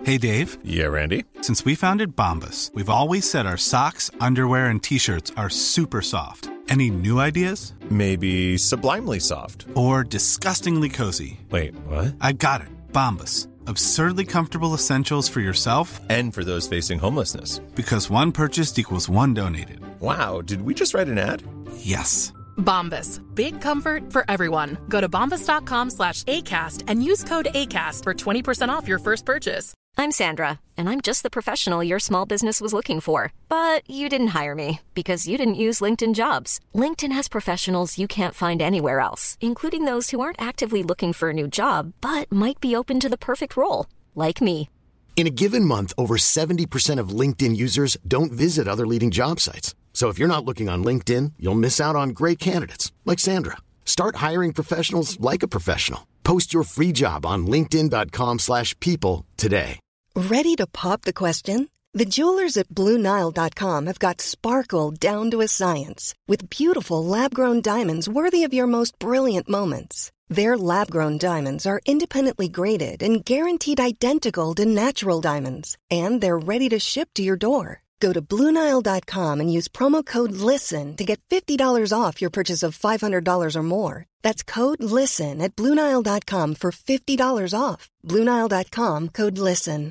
Hey, Dave. Yeah, Randy. Since we founded Bombas, we've always said our socks, underwear, and T-shirts are super soft. Any new ideas? Maybe sublimely soft. Or disgustingly cozy? Wait, what? I got it. Bombas. Absurdly comfortable essentials for yourself And for those facing homelessness. Because one purchased equals one donated. Wow, did we just write an ad? Yes. Bombas. Big comfort for everyone. Go to bombas.com/ACAST and use code ACAST for 20% off your first purchase. I'm Sandra, and I'm just the professional your small business was looking for. But you didn't hire me because you didn't use LinkedIn Jobs. LinkedIn has professionals you can't find anywhere else, including those who aren't actively looking for a new job, but might be open to the perfect role, like me. In a given month, over 70% of LinkedIn users don't visit other leading job sites. So if you're not looking on LinkedIn, you'll miss out on great candidates like Sandra. Start hiring professionals like a professional. Post your free job on linkedin.com/people today. Ready to pop the question? The jewelers at BlueNile.com have got sparkle down to a science with beautiful lab-grown diamonds worthy of your most brilliant moments. Their lab-grown diamonds are independently graded and guaranteed identical to natural diamonds, and they're ready to ship to your door. Go to BlueNile.com and use promo code LISTEN to get $50 off your purchase of $500 or more. That's code LISTEN at BlueNile.com for $50 off. BlueNile.com, code LISTEN.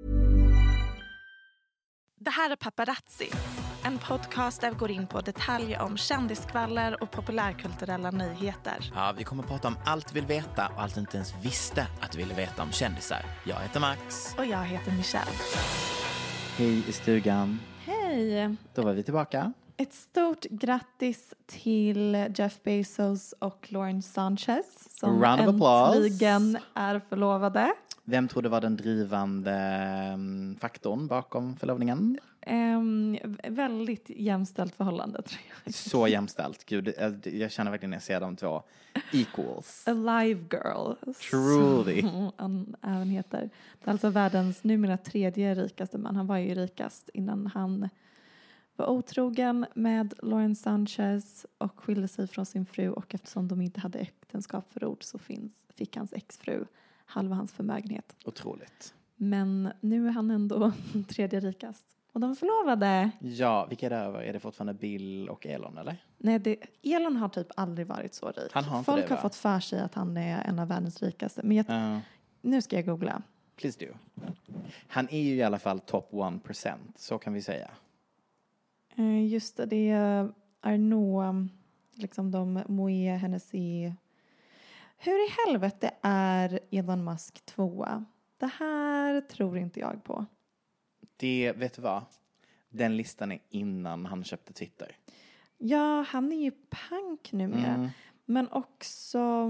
Det här är Paparazzi, en podcast där vi går in på detaljer om kändiskvaller och populärkulturella nyheter. Ja, vi kommer att prata om allt vi vill veta och allt du inte ens visste att du ville veta om kändisar. Jag heter Max. Och jag heter Michelle. Hej i stugan. Hej! Då var vi tillbaka. Ett stort grattis till Jeff Bezos och Lauren Sanchez som Round of applause. äntligen är förlovade. Vem tror du var den drivande faktorn bakom förlovningen? Väldigt jämställt förhållande, tror jag. Så jämställt. Gud, jag känner verkligen när jag ser de två equals. Alive girl. Truly. Han även heter. Det är alltså världens numera 3:e rikaste man. Han var ju rikast innan han var otrogen med Lauren Sanchez och skilde sig från sin fru. Och eftersom de inte hade äktenskapsförord så fick hans exfru halva hans förmögenhet. Otroligt. Men nu är han ändå 3:e rikast. Och de är förlovade. Ja, vilka är det över? Är det fortfarande Bill och Elon, eller? Nej, Elon har typ aldrig varit så rik. Han har inte Folk det, har fått för sig att han är en av världens rikaste. Men nu ska jag googla. Please do. Han är ju i alla fall top 1%, så kan vi säga. Just det, det är nog liksom de Moët Hennessy. Hur i helvete är Elon Musk 2? Det här tror inte jag på. Det, vet du vad? Den listan är innan han köpte Twitter. Ja, han är ju pank numera. Men också...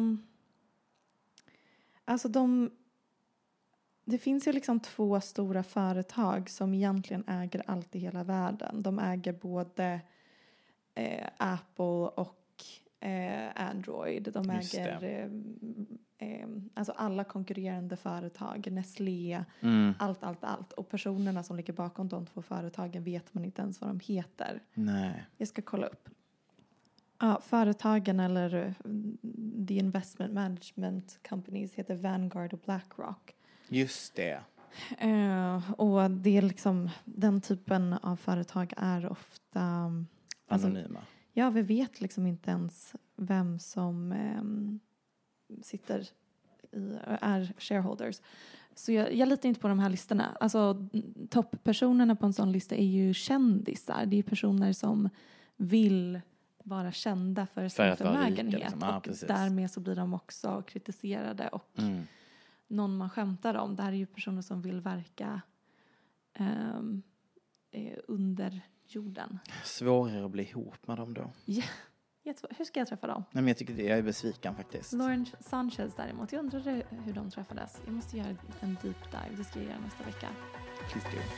Alltså det finns ju liksom 2 stora företag som egentligen äger allt i hela världen. De äger både Apple och Android. De äger alltså alla konkurrerande företag, Nestlé, allt. Och personerna som ligger bakom de 2 företagen vet man inte ens vad de heter. Nej. Jag ska kolla upp. Ja, företagen eller the investment management companies heter Vanguard och BlackRock. Just det. Och det är liksom den typen av företag är ofta anonyma. Ja, vi vet liksom inte ens vem som är shareholders. Så jag litar inte på de här listorna. Alltså topppersonerna på en sån lista är ju kändisar. Det är personer som vill vara kända för sin förmögenhet. Liksom. Och precis. Därmed så blir de också kritiserade och någon man skämtar om. Det här är ju personer som vill verka under jorden. Svårare att bli ihop med dem då. Ja. Hur ska jag träffa dem? Nej, men jag är besviken faktiskt. Lauren Sanchez däremot. Jag undrar hur de träffades. Jag måste göra en deep dive. Det ska jag göra nästa vecka. Please do.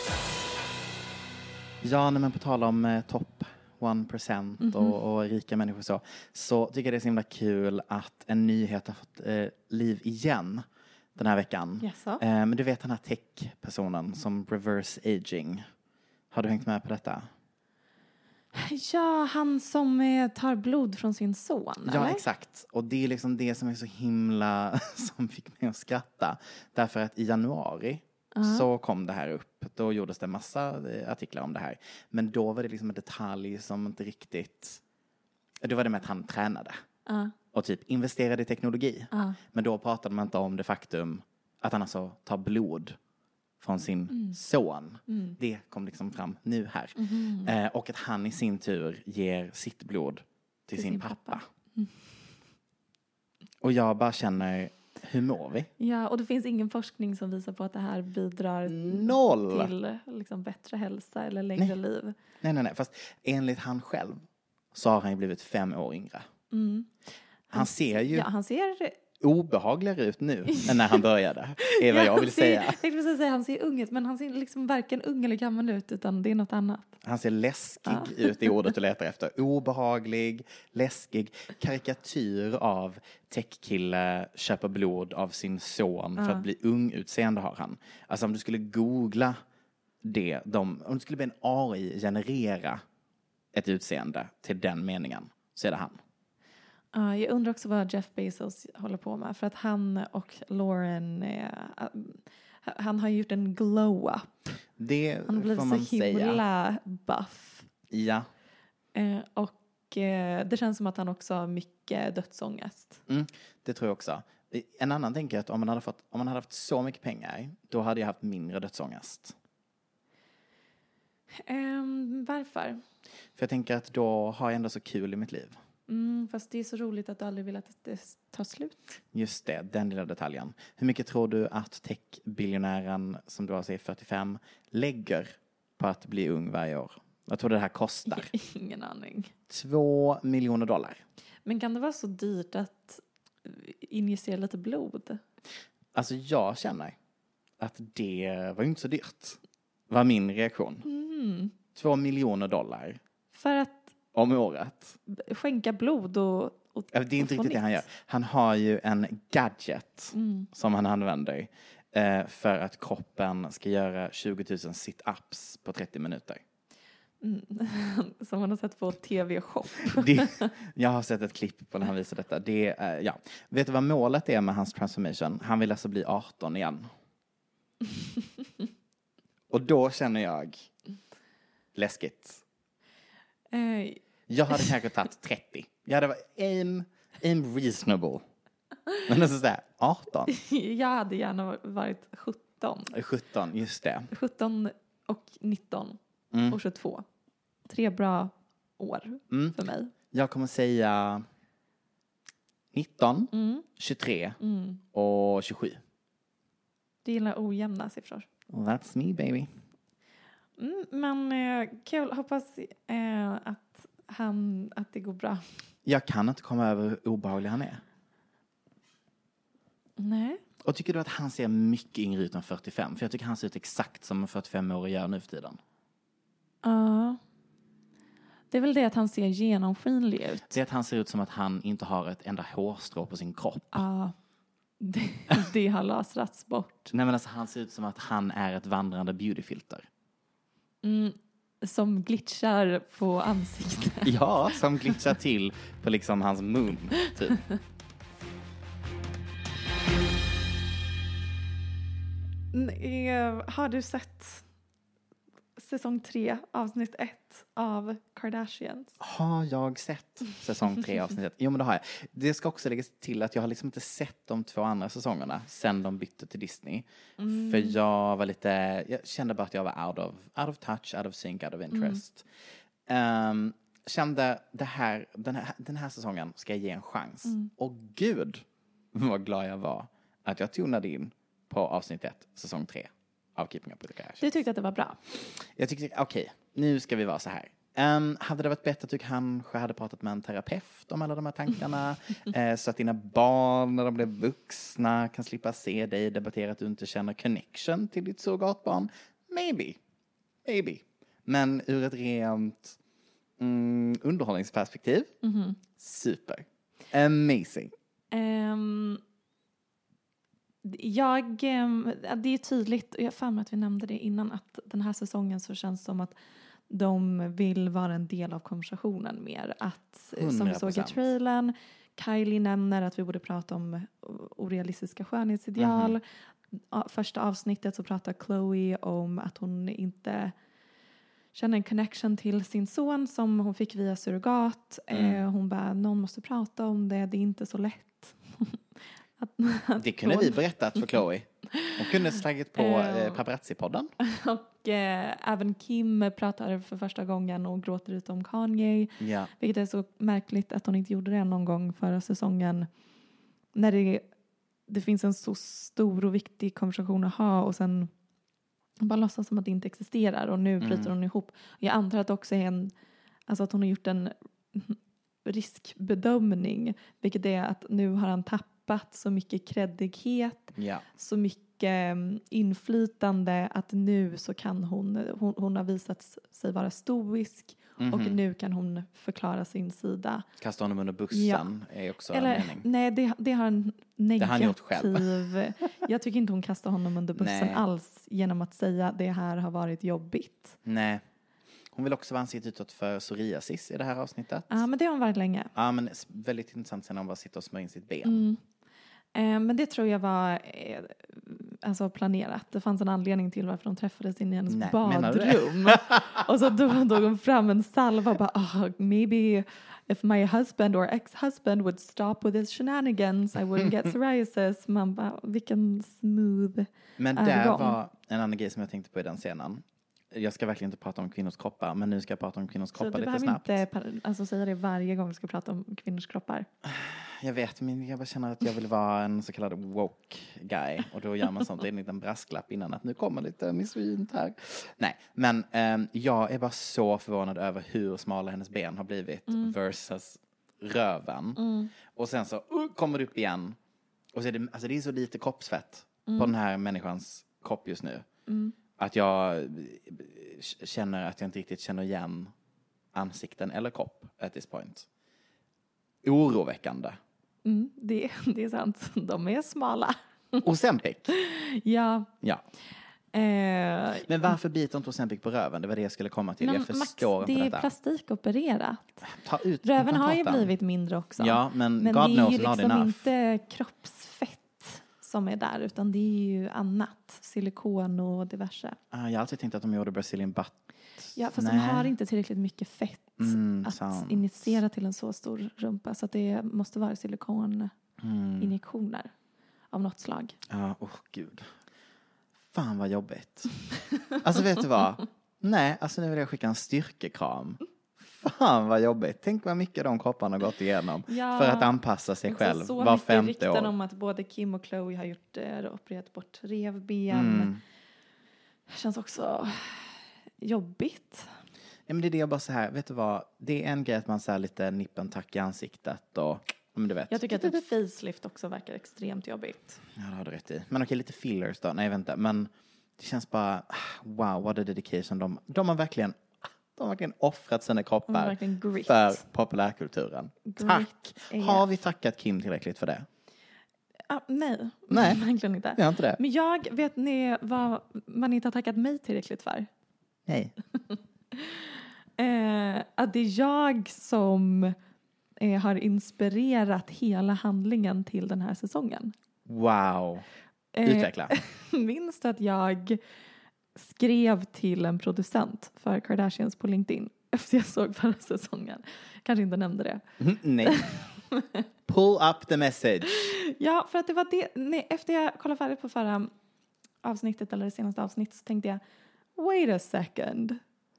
Ja, men på tal om topp 1% och rika människor så tycker jag det är så himla kul att en nyhet har fått liv igen den här veckan. Yes, men du vet den här tech-personen som reverse aging. Har du hängt med på detta? Ja, han som tar blod från sin son, Ja, eller? exakt. Och det är liksom det som är så himla som fick mig att skratta. Därför att i januari så kom det här upp. Då gjordes det massa artiklar om det här. Men då var det liksom en detalj som inte riktigt... Då var det med att han tränade. Och typ investerade i teknologi. Men då pratade man inte om det faktum att han alltså tar blod från sin son. Det kom liksom fram nu här. Och att han i sin tur ger sitt blod till sin pappa. Och jag bara känner, hur mår vi? Ja, och det finns ingen forskning som visar på att det här bidrar till liksom bättre hälsa eller längre liv. Nej. Fast enligt han själv så har han ju blivit 5 år yngre. Han ser ju... Ja, han ser... obehagligare ut nu än när han började. Är vad jag vill säga. Jag tänkte precis säga han ser ung ut, men han ser liksom varken ung eller gammal ut, utan det är något annat. Han ser läskig ut i ordet du letar efter. Obehaglig, läskig, karikatyr av techkille köper blod av sin son för att bli ung utseende har han. Alltså om du skulle googla det, om du skulle be en AI generera ett utseende till den meningen, så är det han. Jag undrar också vad Jeff Bezos håller på med. För att han och Lauren... han har gjort en glow-up. Det han har blivit får man så himla buff. Ja. Och det känns som att han också har mycket dödsångest. Det tror jag också. En annan tänker att om man hade haft så mycket pengar, då hade jag haft mindre dödsångest. Varför? För jag tänker att då har jag ändå så kul i mitt liv. Fast det är så roligt att du aldrig vill att det tar slut. Just det, den lilla detaljen. Hur mycket tror du att tech-biljonären som du har säger 45 lägger på att bli ung varje år? Vad tror du det här kostar? Ingen aning. $2 miljoner. Men kan det vara så dyrt att injicera lite blod? Alltså jag känner att det var inte så dyrt. Var min reaktion. $2 miljoner. För att om året. Skänka blod och det är inte riktigt det han gör. Han har ju en gadget som han använder för att kroppen ska göra 20 000 sit-ups på 30 minuter. Som man har sett på TV-shop. Jag har sett ett klipp på när han visar detta. Vet du vad målet är med hans transformation? Han vill alltså bli 18 igen. Och då känner jag läskigt. Jag hade kanske tagit 30. Jag hade varit aim reasonable. Men alltså sådär, 18. Jag hade gärna varit 17. 17, just det. 17 och 19 och 22. 3 bra år för mig. Jag kommer säga 19, 23 och 27. Du gillar ojämna siffror. That's me, baby. Men kul. Hoppas att det går bra. Jag kan inte komma över hur obehaglig han är. Nej. Och tycker du att han ser mycket yngre ut än 45? För jag tycker han ser ut exakt som en 45-årig gör nu för tiden. Ja. Det är väl det att han ser genomskinlig ut. Det är att han ser ut som att han inte har ett enda hårstrå på sin kropp. Ja. Det har lasrats bort. Nej, men alltså han ser ut som att han är ett vandrande beautyfilter. Som glitchar på ansiktet. Ja, som glitchar till på liksom hans mun, typ. Har du sett säsong 3, avsnitt 1 av Kardashians? Har jag sett säsong 3 avsnitt 1? Jo, men det har jag. Det ska också läggas till att jag har liksom inte sett de 2 andra säsongerna sen de bytte till Disney. För jag kände bara att jag var out of touch, out of sync, out of interest. Kände den här säsongen ska jag ge en chans. Och gud, vad glad jag var att jag tonade in på avsnitt 1, säsong 3 av Keeping Up With The Kardashians. Du tyckte att det var bra? Jag tyckte, okej, nu ska vi vara så här. Hade det varit bättre att du kanske hade pratat med en terapeut om alla de här tankarna? Så att dina barn när de blir vuxna kan slippa se dig debattera att du inte känner connection till ditt surrogatbarn? Maybe. Men ur ett rent underhållningsperspektiv, super. Amazing. Det är tydligt, och jag fann att vi nämnde det innan, att den här säsongen så känns som att de vill vara en del av konversationen mer. Att, som vi såg i trailern, Kylie nämner att vi borde prata om orealistiska skönhetsideal. första avsnittet så pratar Chloe om att hon inte känner en connection till sin son som hon fick via surrogat. Hon bara, någon måste prata om det, det är inte så lätt. Det kunde vi berättat för Chloe. Hon kunde slagit på Paparazzi-podden. Och även Kim pratar för första gången och gråter ut om Kanye. Ja. Vilket är så märkligt att hon inte gjorde det någon gång förra säsongen. När det finns en så stor och viktig konversation att ha och sen bara låtsas som att det inte existerar. Och nu bryter hon ihop. Jag antar att det också är alltså att hon har gjort en riskbedömning. Vilket är att nu har han tappat så mycket kreddighet. Ja. Så mycket inflytande att nu så kan hon har visat sig vara stoisk. Och nu kan hon förklara sin sida. Kasta honom under bussen är också en mening. Nej, det har en negativ. Det har han gjort själv. Jag tycker inte hon kastar honom under bussen alls genom att säga att det här har varit jobbigt. Nej. Hon vill också vara ansiktet utåt för psoriasis i det här avsnittet. Ja, men det har hon varit länge. Ja, men väldigt intressant sen när hon bara sitter och smörjer in sitt ben. Men det tror jag var alltså planerat. Det fanns en anledning till varför de träffades in i hennes badrum. Och så då hon fram en salva och bara, maybe if my husband or ex-husband would stop with his shenanigans I wouldn't get psoriasis. Man bara, vilken smooth Men övergång. där var en annan grej som jag tänkte på i den scenen. Jag ska verkligen inte prata om kvinnors kroppar, men nu ska jag prata om kvinnors kroppar lite snabbt. Så du behöver inte säga det varje gång vi ska prata om kvinnors kroppar. Jag vet, men jag bara känner att jag vill vara en så kallad woke guy. Och då gör man sånt en liten brasklapp innan att nu kommer lite misogynt här. Nej, men jag är bara så förvånad över hur smala hennes ben har blivit versus röven. Och sen så kommer det upp igen. Och så är det är så lite kroppsfett på den här människans kropp just nu. Att jag känner att jag inte riktigt känner igen ansikten eller kropp at this point. Oroväckande. Det är sant. De är smala. Ozempic. Ja. Men varför biter inte Ozempic på röven? Det var det jag skulle komma till. Jag förstår inte detta. Det är plastikopererat. Ta ut röven har ju blivit mindre också. Ja, men God knows det är ju not liksom enough. inte kroppsfett som är där. Utan det är ju annat. Silikon och diverse. Jag har alltid tänkt att de gjorde Brazilian butt. Ja, fast de har inte tillräckligt mycket fett att sant. injicera till en så stor rumpa. Så att det måste vara silikoninjektioner av något slag. Ja, gud. Fan vad jobbigt. Alltså vet du vad? Nej, alltså nu vill jag skicka en styrkekram. Fan vad jobbigt. Tänk vad mycket de kropparna har gått igenom för att anpassa sig själv var 50 år. Så mycket rykten om att både Kim och Chloe har opererat bort revben. Det känns också jobbigt. Ja, men det är det jag bara så här, vet du vad? Det är en grej att man så här lite nippen tack i ansiktet och men du vet. Jag tycker att ett facelift också verkar extremt jobbigt. Ja, det har du rätt i. Men okej, lite fillers då. Nej, vänta. Men det känns bara, wow, what a dedication. De har verkligen offrat sina kroppar för populärkulturen. Tack. Har vi tackat Kim tillräckligt för det? Nej, verkligen inte. Vi har inte det. Men vet ni vad man inte har tackat mig tillräckligt för? Nej. Att det är jag som har inspirerat hela handlingen till den här säsongen. Wow. Utveckla. Minns du att jag skrev till en producent för Kardashians på LinkedIn efter jag såg förra säsongen? Kanske inte nämnde det. Nej. Pull up the message. Ja, för att det var det. Nej, efter jag kollade färdigt på förra avsnittet eller det senaste avsnittet så tänkte jag, wait a second.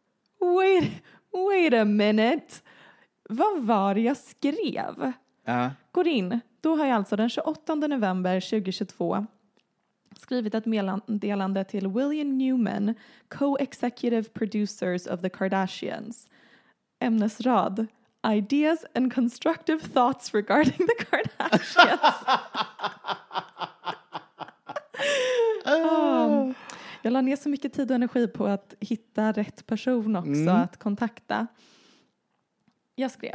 Wait a minute. Vad var det jag skrev? Går in. Då har jag alltså den 28 november 2022 skrivit ett meddelande till William Newman, co-executive producers of the Kardashians. Ämnesrad. Ideas and constructive thoughts regarding the Kardashians. Jag la ner så mycket tid och energi på att hitta rätt person också att kontakta. Jag skrev.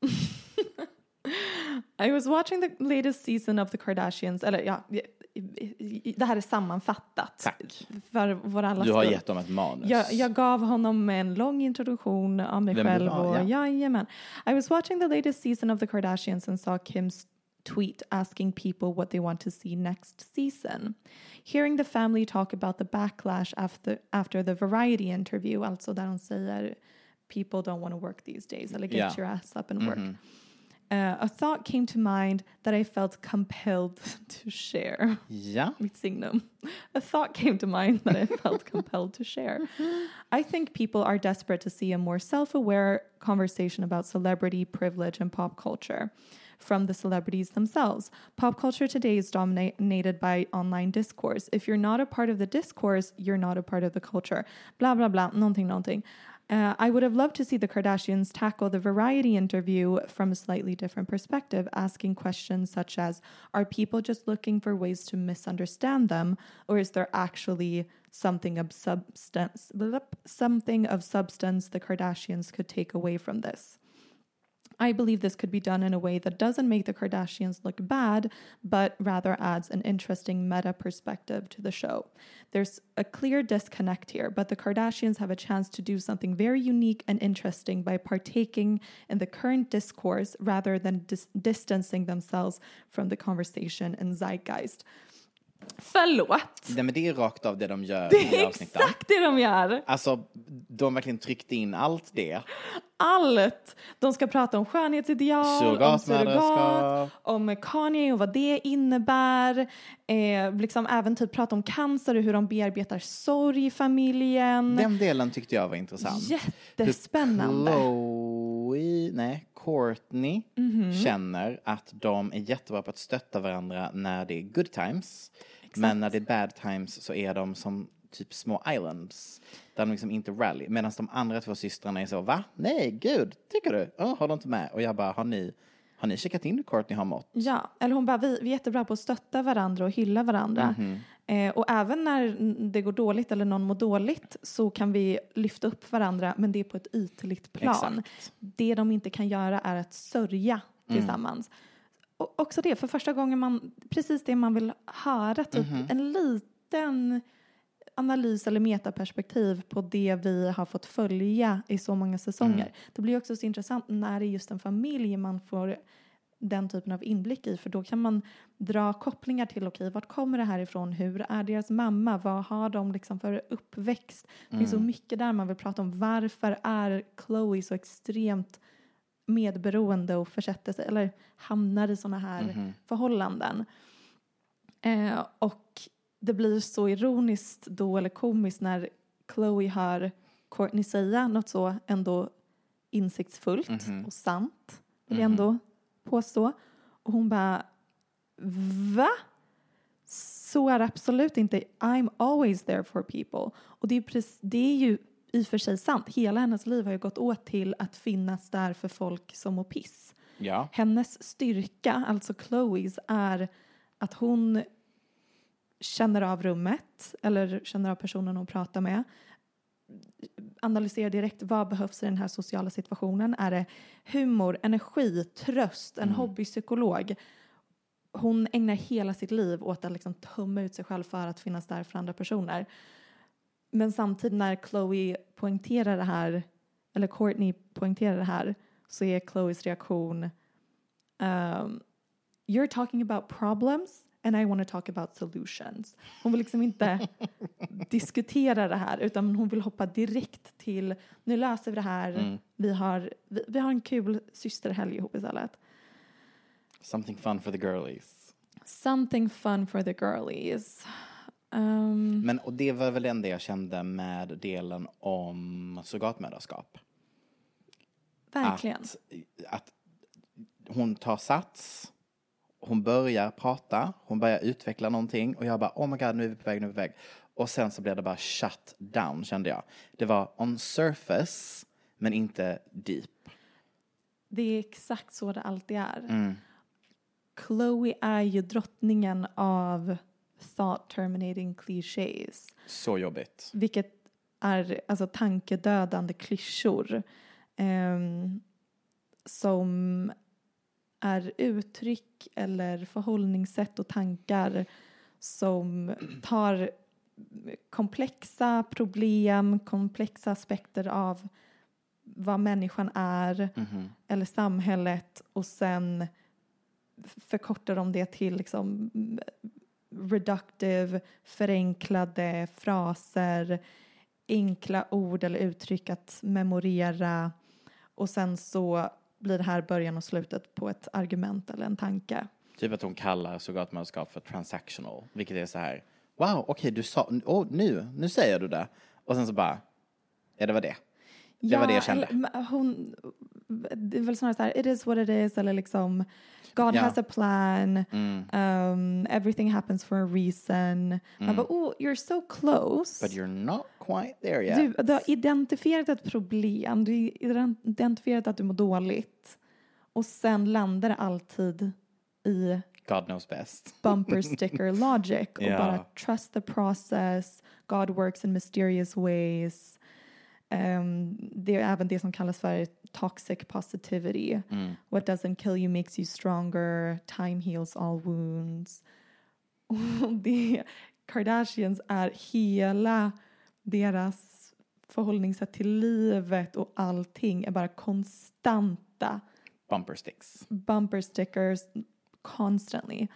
I was watching the latest season of the Kardashians. Eller ja, det här är sammanfattat. Tack. För våra alla du har gett dem ett manus. Jag gav honom en lång introduktion av mig själv. Jajamän. I was watching the latest season of the Kardashians and saw Kim's tweet asking people what they want to see next season. Hearing the family talk about the backlash after the Variety interview, alltså där de säger people don't want to work these days, eller get your ass up and work. A thought came to mind that I felt compelled to share. Mitt signum. A thought came to mind that I felt compelled to share. I think people are desperate to see a more self-aware conversation about celebrity, privilege, and pop culture from the celebrities themselves. Pop culture today is dominated by online discourse. If you're not a part of the discourse, you're not a part of the culture. Blah, blah, blah. Någonting. I would have loved to see the Kardashians tackle the Variety interview from a slightly different perspective, asking questions such as, are people just looking for ways to misunderstand them, or is there actually something of substance the Kardashians could take away from this? I believe this could be done in a way that doesn't make the Kardashians look bad, but rather adds an interesting meta perspective to the show. There's a clear disconnect here, but the Kardashians have a chance to do something very unique and interesting by partaking in the current discourse rather than distancing themselves from the conversation and zeitgeist. Förlåt. Nej, men det är rakt av det de gör. Det är exakt det de gör. Alltså, de verkligen tryckt in allt det. Allt. De ska prata om skönhetsideal, om surrogat, om Kanye och vad det innebär. Liksom även typ prata om cancer och hur de bearbetar sorg i familjen. Den delen tyckte jag var intressant. Jättespännande. Courtney känner att de är jättebra på att stötta varandra när det är good times. Exakt. Men när det är bad times så är de som typ små islands där de liksom inte rally. Medan de andra två systrarna är så, va? Nej, gud, tycker du? Har de inte med? Och jag bara, har ni checkat in hur Courtney har mått? Ja, eller hon bara, vi är jättebra på att stötta varandra och hylla varandra. Och även när det går dåligt eller någon mår dåligt så kan vi lyfta upp varandra, men det är på ett ytligt plan. Exakt. Det de inte kan göra är att sörja tillsammans. Och också det, för första gången precis det man vill höra, typ en liten analys eller metaperspektiv på det vi har fått följa i så många säsonger. Det blir också så intressant när det är just en familj man får den typen av inblick i, för då kan man dra kopplingar till, okej, vart kommer det här ifrån? Hur är deras mamma? Vad har de liksom för uppväxt? Det finns så mycket där man vill prata om. Varför är Khloe så extremt medberoende och försätter sig eller hamnar i såna här förhållanden? Och det blir så ironiskt då, eller komiskt, när Khloe hör Kourtney säga något så ändå insiktsfullt och sant, vill jag ändå påstå. Och hon bara, va? Så är det absolut inte. I'm always there for people. Och det är ju i och för sig sant. Hela hennes liv har ju gått åt till att finnas där för folk som mår piss. Ja. Hennes styrka, alltså Khloes, är att hon känner av rummet eller känner av personen hon pratar med. Analyserar direkt vad behövs i den här sociala situationen. Är det humor, energi, tröst, en hobbypsykolog? Hon ägnar hela sitt liv åt att liksom tömma ut sig själv för att finnas där för andra personer. Men samtidigt när Khloe poängterar det här, eller Kourtney poängterar det här, så är Khloes reaktion you're talking about problems and I want to talk about solutions. Hon vill liksom inte diskutera det här, utan hon vill hoppa direkt till, nu löser vi det här. Vi har en kul systerhelg ihop istället. Something fun for the girlies. Something fun for the girlies. Men och det var väl det enda jag kände med delen om surrogatmödraskap. Verkligen. Att hon tar sats, hon börjar prata, hon börjar utveckla någonting och jag bara, oh my god, nu är vi på väg. Och sen så blev det bara shut down, kände jag. Det var on surface, men inte deep. Det är exakt så det alltid är. Khloe är ju drottningen av thought terminating clichés. Så jobbigt. Vilket är alltså tankedödande klyschor. Som är uttryck eller förhållningssätt och tankar som tar komplexa problem, komplexa aspekter av vad människan är eller samhället, och sen förkortar de det till liksom reductive, förenklade fraser, enkla ord eller uttryck att memorera, och sen så blir det här början och slutet på ett argument eller en tanke. Typ att hon kallar surrogatmödraskap för transactional, vilket är så här, wow, okej, du sa, nu säger du det, och sen så bara, ja, det var det. Det var det jag kände. Det är väl snarare så här, it is what it is, eller liksom God has a plan, everything happens for a reason. Man bara, you're so close. But you're not quite there yet. Du har identifierat ett problem, du har identifierat att du mår dåligt, och sen landar det alltid i God knows best. Bumper sticker logic, och bara trust the process, God works in mysterious ways. Det är även det som kallas för toxic positivity. What doesn't kill you makes you stronger. Time heals all wounds. Och det Kardashians är hela deras förhållningssätt till livet och allting är bara konstanta bumper stickers constantly.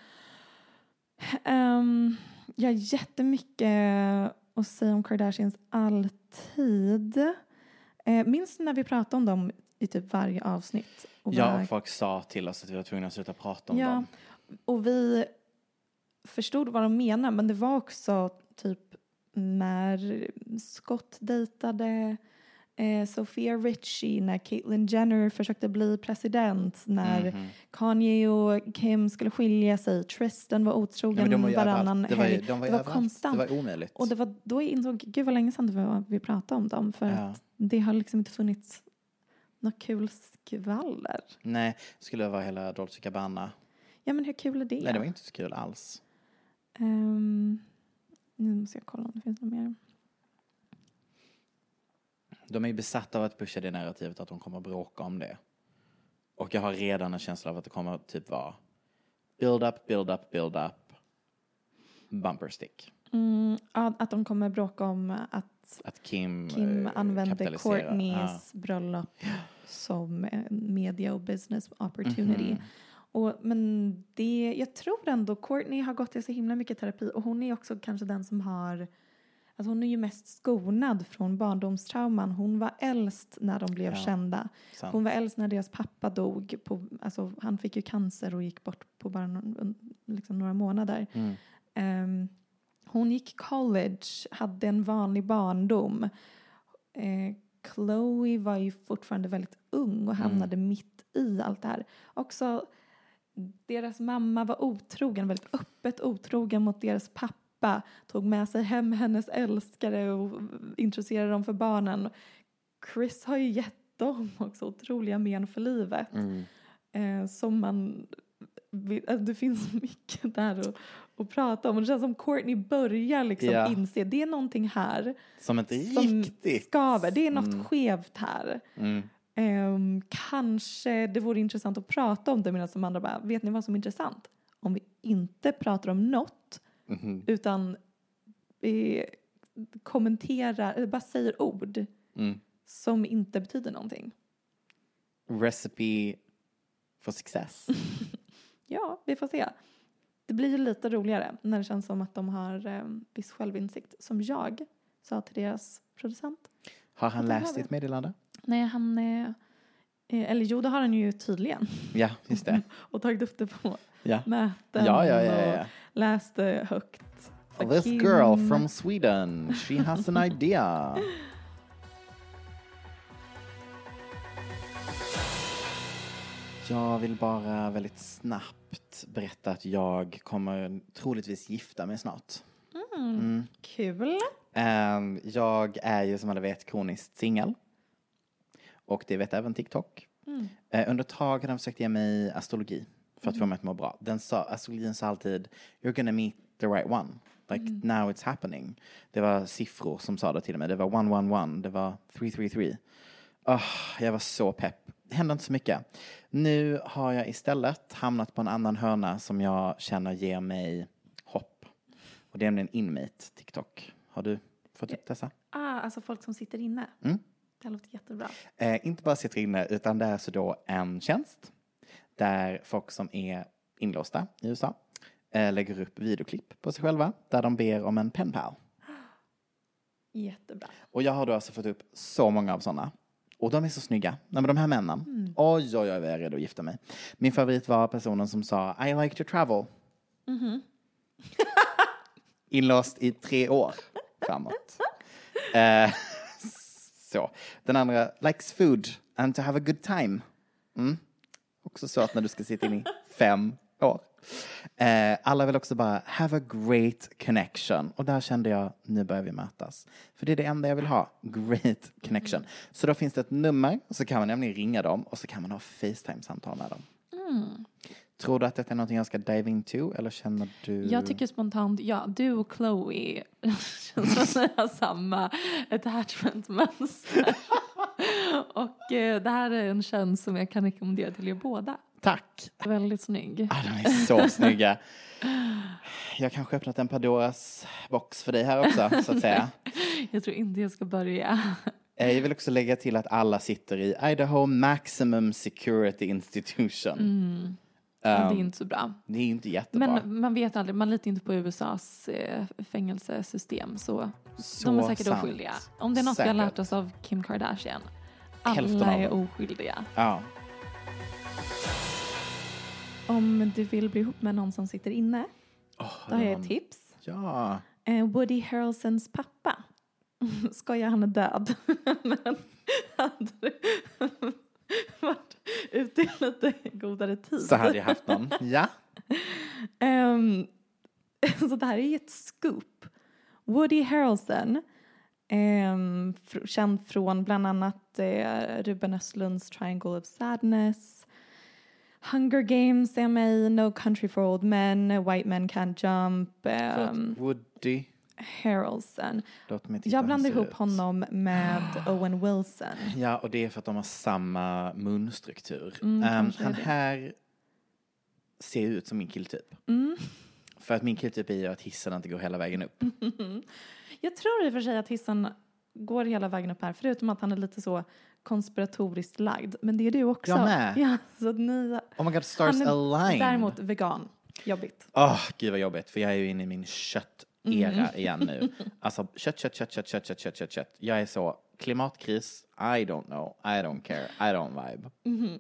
Jag har jättemycket att säga om Kardashians alltid. Minns du när vi pratade om dem i typ varje avsnitt? Och folk sa till oss att vi var tvungna att sluta prata om dem. Och vi förstod vad de menar, men det var också typ när Scott dejtade Sofia Richie, när Caitlyn Jenner försökte bli president, när Kanye och Kim skulle skilja sig, Tristan var otrogen varannan helg. Det var konstant. Det var omöjligt. Och det var då jag insåg, gud vad länge sedan vi pratade om dem, för att det har liksom inte funnits något kul skvaller. Nej, det skulle vara hela Dolce Gabbana. Ja, men hur kul är det? Nej, det var inte så kul alls. Nu måste jag kolla om det finns något mer. De är ju besatta av att pusha det narrativet att de kommer att bråka om det. Och jag har redan en känsla av att det kommer typ vara build up, bumper stick. Att de kommer bråka om att Kim använde Kourtneys bröllop som media och business opportunity. Men jag tror ändå Kourtney har gått till så himla mycket terapi, och hon är också kanske den som har, alltså hon är ju mest skonad från barndomstrauman. Hon var äldst när de blev kända. Sant. Hon var äldst när deras pappa dog. Alltså han fick ju cancer och gick bort på bara några månader. Hon gick college, hade en vanlig barndom. Chloe var ju fortfarande väldigt ung och hamnade mitt i allt det här. Också deras mamma var otrogen, väldigt öppet otrogen mot deras pappa. Tog med sig hem hennes älskare och introducerade dem för barnen. Chris har ju gett dem också otroliga men för livet. Som det finns mycket där att prata om. Och det känns som Kourtney börjar liksom inse, det är någonting här som inte riktigt skaver. Det är något skevt här. Kanske det vore intressant att prata om det, medan de andra bara, vet ni vad som är intressant? Om vi inte pratar om något utan vi kommenterar, bara säger ord som inte betyder någonting. Recipe for success. Ja, vi får se. Det blir ju lite roligare när det känns som att de har viss självinsikt, som jag sa till deras producent. Har han läst ditt meddelande? Nej, eller det har han ju tydligen. Ja, just det. Och tagit upp det på möten. Ja. Och läste högt. This girl from Sweden, she has an idea. Jag vill bara väldigt snabbt berätta att jag kommer troligtvis gifta mig snart. Kul. Jag är ju, som alla vet, kroniskt singel. Och det vet även TikTok. Under ett tag har de försökt ge mig astrologi för att få mig att må bra. Astrologin sa alltid, you're gonna meet the right one. Like now it's happening. Det var siffror som sa det till mig. Det var 111, det var 333. Jag var så pepp. Det hände inte så mycket. Nu har jag istället hamnat på en annan hörna som jag känner ger mig hopp. Och det är en inmate TikTok. Har du fått upp dessa? Alltså folk som sitter inne. Det låter jättebra. Inte bara sitter inne, utan det är så då en tjänst där folk som är inlåsta i USA lägger upp videoklipp på sig själva där de ber om en pen pal. Jättebra. Och jag har då alltså fått upp så många av sådana. Och de är så snygga. Nej, men de här männen. Oj, vad jag är redo att gifta mig. Min favorit var personen som sa I like to travel. Inlåst i 3 år framåt. Så. Den andra likes food and to have a good time. Också så att när du ska sitta in i 5 år. Alla vill också bara have a great connection. Och där kände jag, nu börjar vi mötas. För det är det enda jag vill ha. Great connection. Så då finns det ett nummer. Och så kan man nämligen ringa dem. Och så kan man ha FaceTime-samtal med dem. Tror du att det är någonting jag ska dive into? Eller känner du... Jag tycker spontant, ja, du och Chloe känns som att ni har samma attachment-mönster. Och det här är en tjänst som jag kan rekommendera till er båda. Tack. Väldigt snygg. De är så snygga. Jag kanske öppnat en Pandoras box för dig här också, så att säga. Jag tror inte jag ska börja. Jag vill också lägga till att alla sitter i Idaho Maximum Security Institution. Det är inte så bra. Det är inte jättebra. Men man vet aldrig, man litar inte på USAs fängelsesystem. Så de är säkert oskyldiga. Om det är något vi har lärt oss av Kim Kardashian. Alla är oskyldiga. Ja. Om du vill bli ihop med någon som sitter inne, då har jag ett tips. Ja. Woody Harrelsons pappa. Skojar, han är död. Men hade du varit ute i lite godare tid, så hade jag haft någon. Ja. Så det här är ju ett scoop. Woody Harrelson, känd från bland annat Ruben Östlunds Triangle of Sadness, Hunger Games är med i, No Country for Old Men, White Men Can't Jump. Woody Harrelson. Jag blandar ihop honom med Owen Wilson. Ja, och det är för att de har samma munstruktur. Han här ser ut som min killtyp. För att min killtyp är ju att hissen inte går hela vägen upp. Jag tror i och för sig att hissen går hela vägen upp här. Förutom att han är lite så konspiratoriskt lagd. Men det är du också. Jag med. Ja, så ni, oh my god, stars align. Däremot vegan. Jobbigt. Gud vad jobbigt. För jag är ju inne i min köttera igen nu. Alltså kött. Jag är så, klimatkris, I don't know, I don't care, I don't vibe.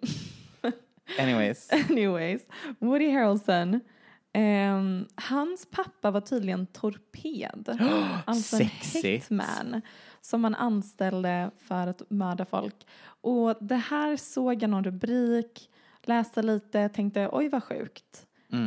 Anyways. Woody Harrelson. Hans pappa var tydligen torped. Alltså en hitman som man anställde för att mörda folk. Och det här såg jag någon rubrik, läste lite, tänkte oj vad sjukt.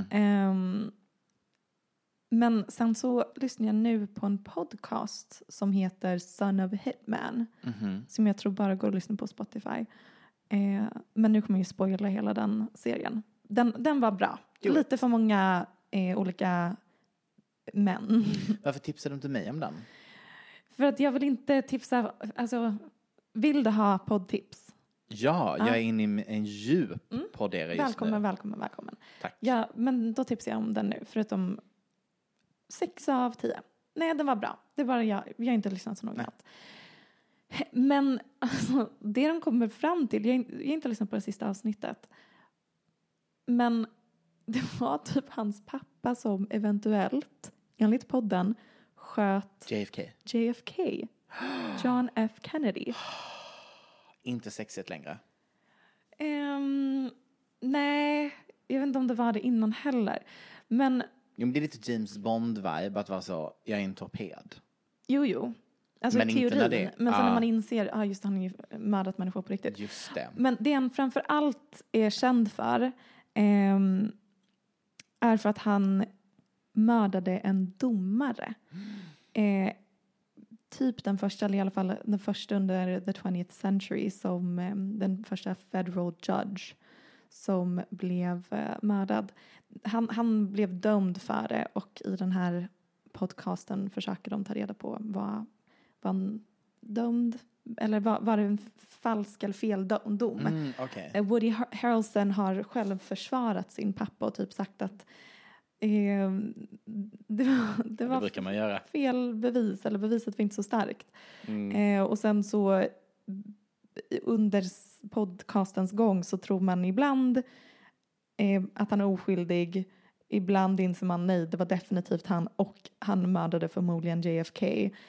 Men sen så lyssnar jag nu på en podcast som heter Son of a Hitman. Som jag tror bara går att lyssna på Spotify. Men nu kommer jag spoila hela den serien. Den var bra. Lite för många olika män. Varför tipsar du inte mig om den? För att jag vill inte tipsa, alltså vill du ha poddtips? Ja, jag är inne i en djup poddera just nu. Välkommen. Tack. Ja, men då tipsar jag om den nu, förutom 6 av 10. Nej, den var bra. Det är bara jag har inte lyssnat så något. Men alltså, det de kommer fram till, jag har inte lyssnat på det sista avsnittet. Men det var typ hans pappa som eventuellt, enligt podden, sköt JFK. John F. Kennedy. Inte sexigt längre. Nej, jag vet inte om det var det innan heller. Men det är lite James Bond-vibe att vara så, jag är en torped. Jo. Alltså men teorin. Inte när det, men sen när man inser, just han har ju mördat människor på riktigt. Just det. Men det han framför allt är känd för är för att han mördade en domare. Typ den första, eller i alla fall den första under the 20th century, som den första federal judge som blev mördad. Han blev dömd för det, och i den här podcasten försöker de ta reda på vad han dömd, eller var det en falsk eller fel dom. Okay. Woody Harrelson har själv försvarat sin pappa och typ sagt att det var brukar man göra. Fel bevis, eller beviset var inte så starkt. Och sen så under podcastens gång så tror man ibland att han är oskyldig. Ibland inser man nej, det var definitivt han, och han mördade förmodligen JFK.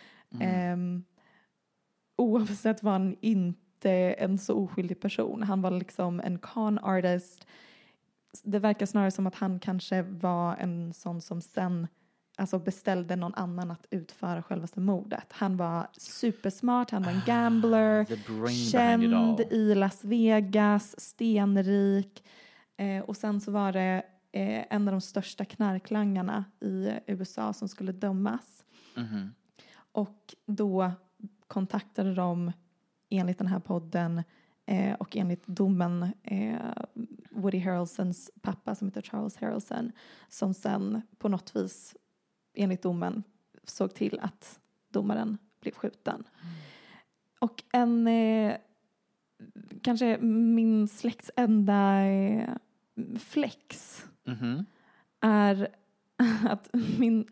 Oavsett var han inte en så oskyldig person. Han var liksom en con artist. Det verkar snarare som att han kanske var en sån som sen alltså beställde någon annan att utföra självaste mordet. Han var supersmart, han var en gambler, känd i Las Vegas, stenrik. Och sen så var det en av de största knarklangarna i USA som skulle dömas. Och då kontaktade de enligt den här podden och enligt domen Woody Harrelsons pappa som heter Charles Harrelson, som sen på något vis enligt domen såg till att domaren blev skjuten. Och en kanske min släkts enda flex är att min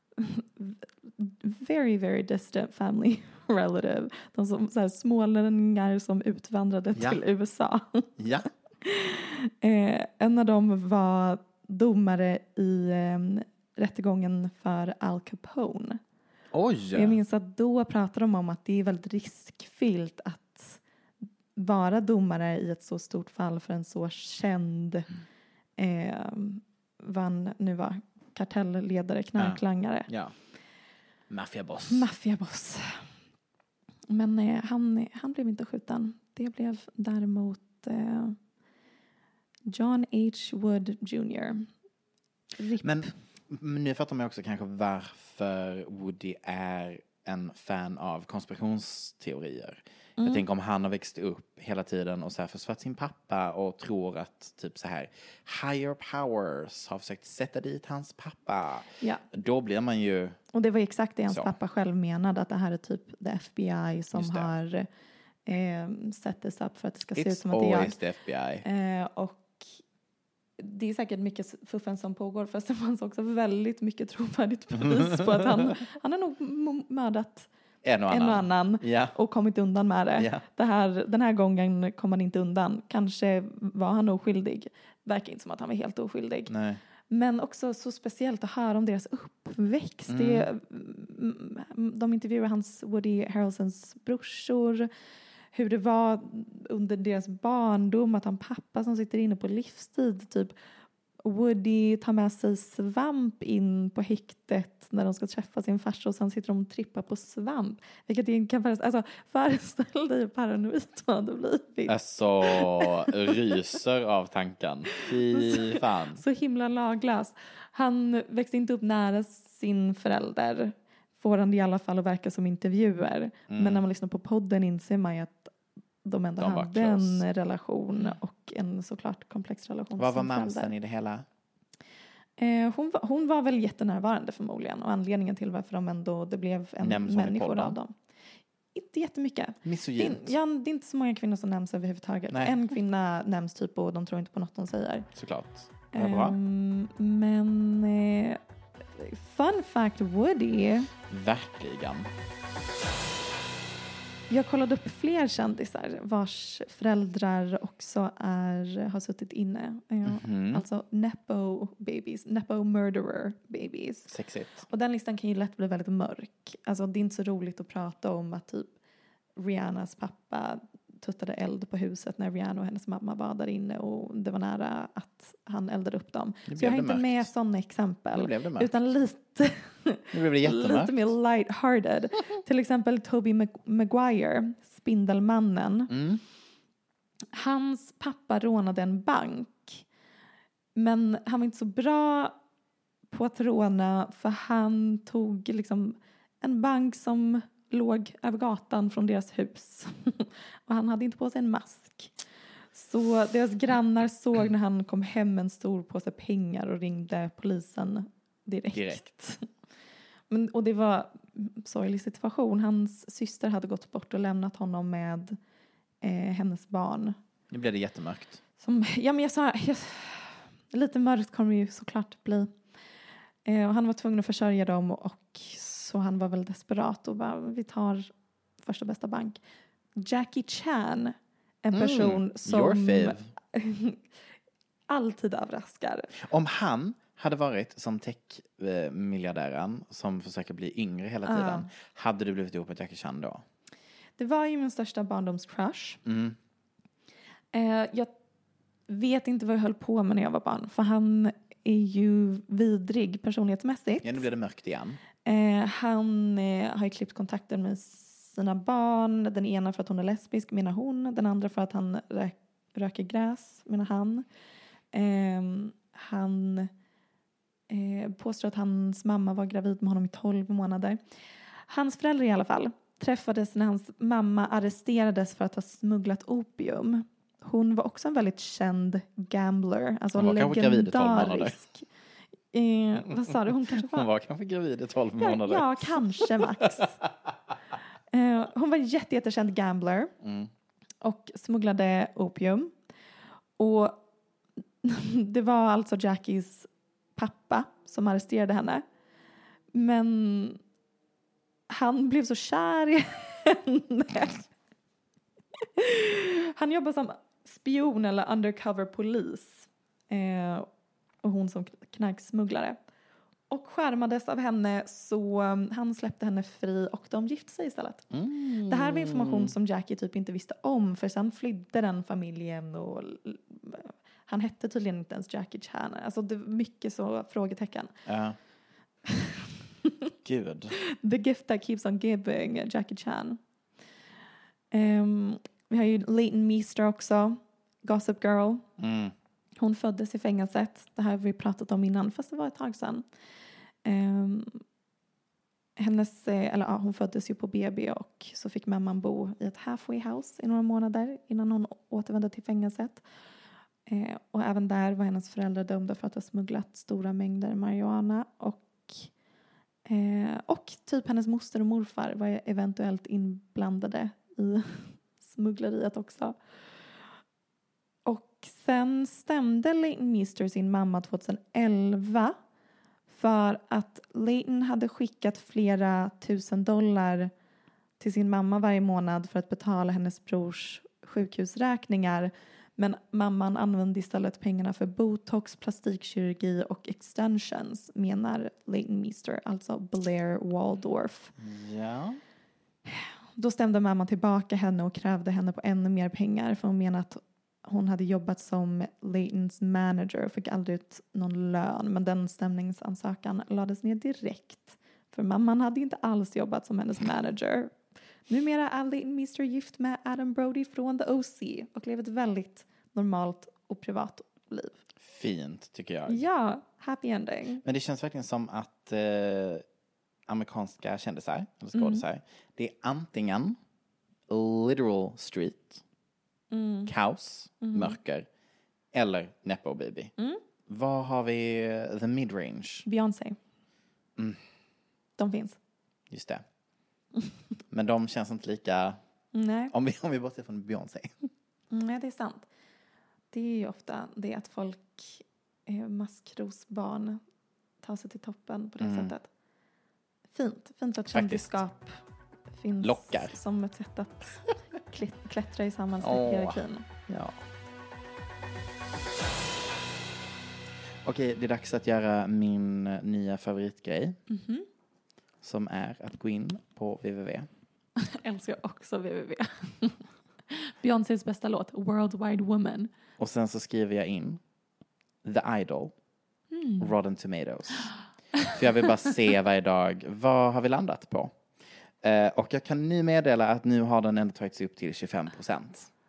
very, very distant family relative, de som så här smålänningar som utvandrade till USA. Ja. En av dem var domare i rättegången för Al Capone. Oj! Jag minns att då pratade de om att det är väldigt riskfyllt att vara domare i ett så stort fall för en så känd vad han nu var, kartellledare, knarklangare. Ja. Maffiaboss. Maffiaboss. Men han blev inte skjuten. Det blev däremot John H. Wood Jr. RIP. Men nu fattar man också kanske varför Woody är en fan av konspirationsteorier. Jag tänker om han har växt upp hela tiden och så här försvarat sin pappa och tror att typ så här higher powers har försökt sätta dit hans pappa. Ja. Då blir man ju... Och det var exakt det hans pappa själv menade, att det här är typ the FBI som har set this up för att det ska se ut som att det är jag. The FBI. Och det är säkert mycket fuffen som pågår, fast det fanns också väldigt mycket trovärdigt bevis på att han har nog mördat en och annan och kommit undan med det. Den här gången kom han inte undan. Kanske var han oskyldig. Verkar inte som att han var helt oskyldig. Nej. Men också så speciellt att höra om deras uppväxt. De intervjuar hans Woody Harrelsons brorsor. Hur det var under deras barndom. Att han pappa som sitter inne på livstid. Typ Woody tar med sig svamp in på häktet när de ska träffa sin farsa, och sen sitter de och trippar på svamp. Vilket det kan föreställ dig hur paranoid man hade blivit. Alltså, ryser av tanken. Fy fan. Så himla laglös. Han växte inte upp nära sin förälder. Får han det i alla fall att verka som intervjuer. Men när man lyssnar på podden inser man ju att de ändå hade en relation och en såklart komplex relation. Vad var mamsen i det hela? Hon var väl jättenärvarande förmodligen. Och anledningen till varför det blev en människor av dem. Inte jättemycket. Misogynt. Det är inte så många kvinnor som nämns överhuvudtaget. Nej. En kvinna nämns typ och de tror inte på något de säger. Såklart. Bra. Men fun fact, Woody. Verkligen. Jag kollade upp fler kändisar vars föräldrar också har suttit inne. Alltså Nepo babies, Nepo murderer babies. Sexigt. Och den listan kan ju lätt bli väldigt mörk. Alltså det är inte så roligt att prata om att typ Rihannas pappa tuttade eld på huset när Rihanna och hennes mamma var där inne och det var nära att han eldade upp dem. Så jag har inte med sådana exempel. Utan lite lite mer lighthearted. Till exempel Tobey Maguire, Spindelmannen. Hans pappa rånade en bank. Men han var inte så bra på att råna, för han tog liksom en bank som låg över gatan från deras hus. Och han hade inte på sig en mask. Så deras grannar såg när han kom hem en stor påse pengar och ringde polisen direkt. Och det var en sorglig situation. Hans syster hade gått bort och lämnat honom med hennes barn. Nu blev det jättemörkt. Men jag sa, lite mörkt kommer det ju såklart bli. Och han var tvungen att försörja dem, och så han var väl desperat och bara, vi tar första bästa bank. Jackie Chan, en person som... Your fave. alltid överraskar. Om han hade varit som tech-miljardären som försöker bli yngre hela tiden, hade du blivit ihop med Jackie Chan då? Det var ju min största barndomscrush. Jag vet inte vad jag höll på med när jag var barn. För han är ju vidrig personlighetsmässigt. Ja, nu blir det mörkt igen. Han har ju klippt kontakten med sina barn. Den ena för att hon är lesbisk, menar hon. Den andra för att han röker gräs, menar han. Han påstår att hans mamma var gravid med honom i 12 månader. Hans föräldrar i alla fall träffades när hans mamma arresterades för att ha smugglat opium. Hon var också en väldigt känd gambler. Alltså hon var legendarisk. Vad sa du? Hon var kanske gravid i 12 månader. Ja, kanske max. Hon var en jättekänd gambler. Och smugglade opium. Och det var alltså Jackies pappa som arresterade henne. Men han blev så kär i henne. Han jobbar som spion eller undercover polis. Och hon som knarksmugglare. Och skärmades av henne, så han släppte henne fri och de gifte sig istället. Det här var information som Jackie typ inte visste om. För sen flydde den familjen och han hette tydligen inte ens Jackie Chan. Alltså det var mycket så frågetecken. Ja. Gud. The gift that keeps on giving, Jackie Chan. Vi har ju Leighton Meester också. Gossip Girl. Hon föddes i fängelset. Det här har vi pratat om innan, fast det var ett tag sedan. Hon föddes ju på BB och så fick mamman bo i ett halfway house i några månader innan hon återvände till fängelset. Och även där var hennes föräldrar dömda för att ha smugglat stora mängder marijuana. Och typ hennes moster och morfar var eventuellt inblandade i smuggleriet också. Och sen stämde Leighton Meester sin mamma 2011 för att Leighton hade skickat flera $1000 till sin mamma varje månad för att betala hennes brors sjukhusräkningar. Men mamman använde istället pengarna för botox, plastikkirurgi och extensions, menar Leighton Meester, alltså Blair Waldorf. Ja. Då stämde mamman tillbaka henne och krävde henne på ännu mer pengar, för hon menade att hon hade jobbat som Leightons manager och fick aldrig ut någon lön. Men den stämningsansökan lades ner direkt. För mamman hade inte alls jobbat som hennes manager. Numera är Leighton Meester gift med Adam Brody från The OC och lever ett väldigt normalt och privat liv. Fint, tycker jag. Ja, happy ending. Men det känns verkligen som att amerikanska kändisar, eller skådisar, det är antingen literal street, kaos, mörker, eller Nepo Baby. Vad har vi the midrange? Beyoncé. De finns. Just det. Men de känns inte lika... Nej. Om vi bortser från Beyoncé. Nej, det är sant. Det är ju ofta det att folk, maskrosbarn, tar sig till toppen på det sättet. Fint att kändisskap finns. Lockar. Som ett sätt att klättra i samhällshierarkin. Ja. Okej, det är dags att göra min nya favoritgrej. Som är att gå in på www. Älskar också www. Beyoncés bästa låt, World Wide Woman. Och sen så skriver jag in The Idol, Rotten Tomatoes. För jag vill bara se varje dag, vad har vi landat på? Och jag kan nu meddela att nu har den ändå tagits upp till 25%.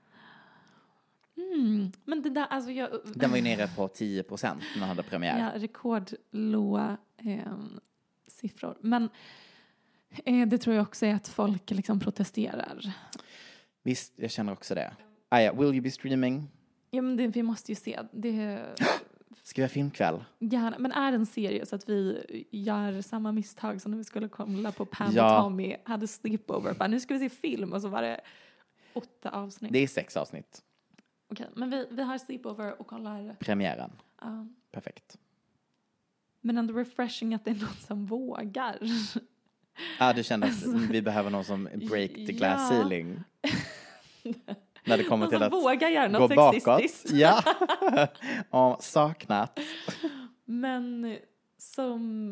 Men det där, alltså den var ju nere på 10% när den hade premiär. Ja, rekordlåga siffror. Men det tror jag också är att folk liksom protesterar. Visst, jag känner också det. Ja, will you be streaming? Ja, men vi måste ju se. Ska vi ha filmkväll? Gärna. Men är den seriös att vi gör samma misstag som när vi skulle kolla på Pam och Tommy hade sleepover? Bara, nu ska vi se film och så var det 8 avsnitt. Det är 6 avsnitt. Okej, men vi har sleepover och kollar... Premiären. Perfekt. Men ändå refreshing att det är någon som vågar. Du känner att vi behöver någon som break the glass ceiling. när det kommer till att våga göra gå något bakåt. sexistiskt. Ja, och saknat. Men som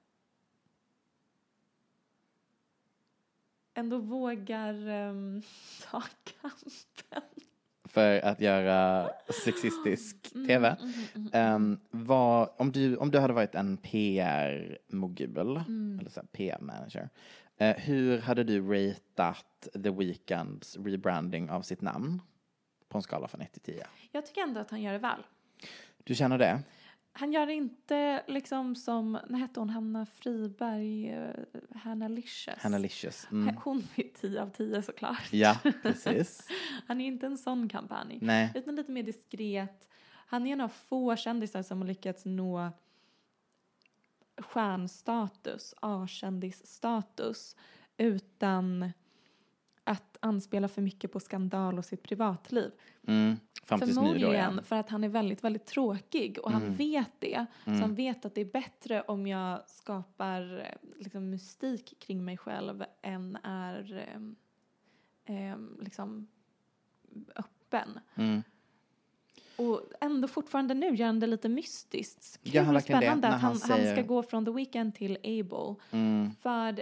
ändå vågar ta kampen. För att göra sexistisk tv. Om du hade varit en PR-mogul, eller så här PR-manager, hur hade du ratat The Weeknds rebranding av sitt namn på en skala från 1 till 10? Jag tycker ändå att han gör det väl. Du känner det? Han gör det inte liksom som, vad hette hon, Hanna Friberg, Hannalicious. Hannalicious. Hon fick 10 av 10 såklart. Ja, precis. Han är inte en sån kampanj. Nej. Utan lite mer diskret. Han är en av få kändisar som har lyckats nå stjärnstatus, A-kändisstatus, utan att anspela för mycket på skandal och sitt privatliv. Fram tills Förmodligen nu då, för att han är väldigt, väldigt tråkig och han vet det. Så han vet att det är bättre om jag skapar liksom mystik kring mig själv än är liksom öppen. Och ändå fortfarande nu gör han det lite mystiskt. Kul och spännande att han ska gå från The Weeknd till Abel. För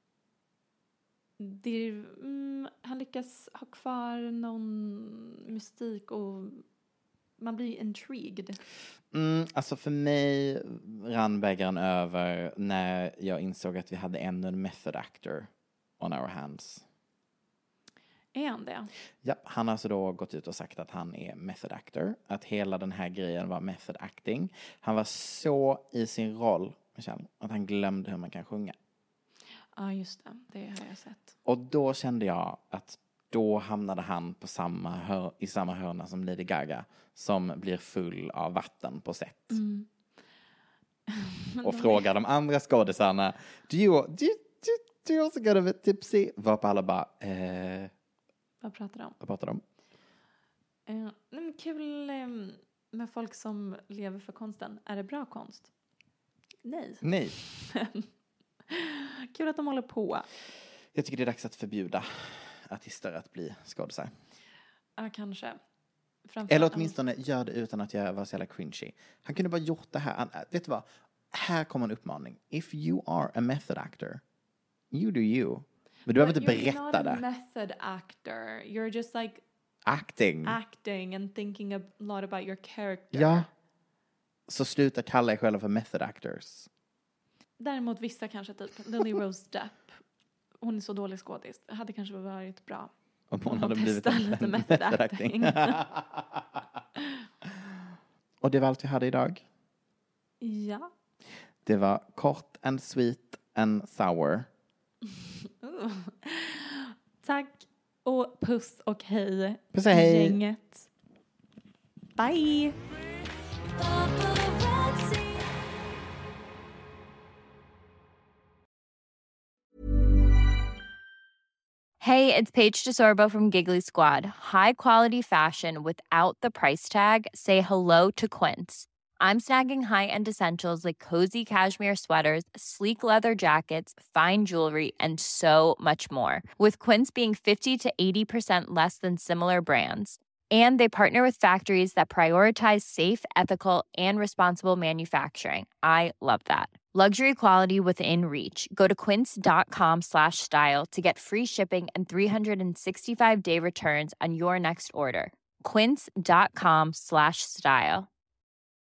han lyckas ha kvar någon mystik och man blir intrigued. Alltså för mig rann bägaren över när jag insåg att vi hade ännu en method actor on our hands. Är han det? Ja, han har alltså då gått ut och sagt att han är method actor. Att hela den här grejen var method acting. Han var så i sin roll, Michelle, att han glömde hur man kan sjunga. Ja, just det. Det har jag sett. Och då kände jag att då hamnade han på i samma hörna som Lady Gaga, som blir full av vatten på set. Och frågar de andra skådisarna, do you also get a bit tipsy? Varpå alla bara, vad pratar de om? Vad pratar de om? Kul med folk som lever för konsten. Är det bra konst? Nej. Kul att de håller på. Jag tycker det är dags att förbjuda artister att bli skådisar. Ja, kanske. Eller åtminstone gör det utan att jag var så jävla cringy. Han kunde bara gjort det här. Vet du vad? Här kommer en uppmaning. If you are a method actor, you do you. Men du behöver inte berätta det. You're not a method actor. You're just like acting and thinking a lot about your character. Ja. Så sluta kalla er själva för method actors. Däremot vissa kanske typ Lily Rose Depp. Hon är så dålig skådis. Det hade kanske varit bra. Om hon hade blivit lite method acting. Och det var allt vi hade idag. Ja. Det var kort and sweet and sour. Tack och puss och hej. Puss och hej. Gänget. Bye. Hey, it's Paige DeSorbo from Giggly Squad. High quality fashion without the price tag. Say hello to Quince. I'm snagging high-end essentials like cozy cashmere sweaters, sleek leather jackets, fine jewelry, and so much more. With Quince being 50 to 80% less than similar brands. And they partner with factories that prioritize safe, ethical, and responsible manufacturing. I love that. Luxury quality within reach. Go to quince.com/style to get free shipping and 365-day returns on your next order. Quince.com/style.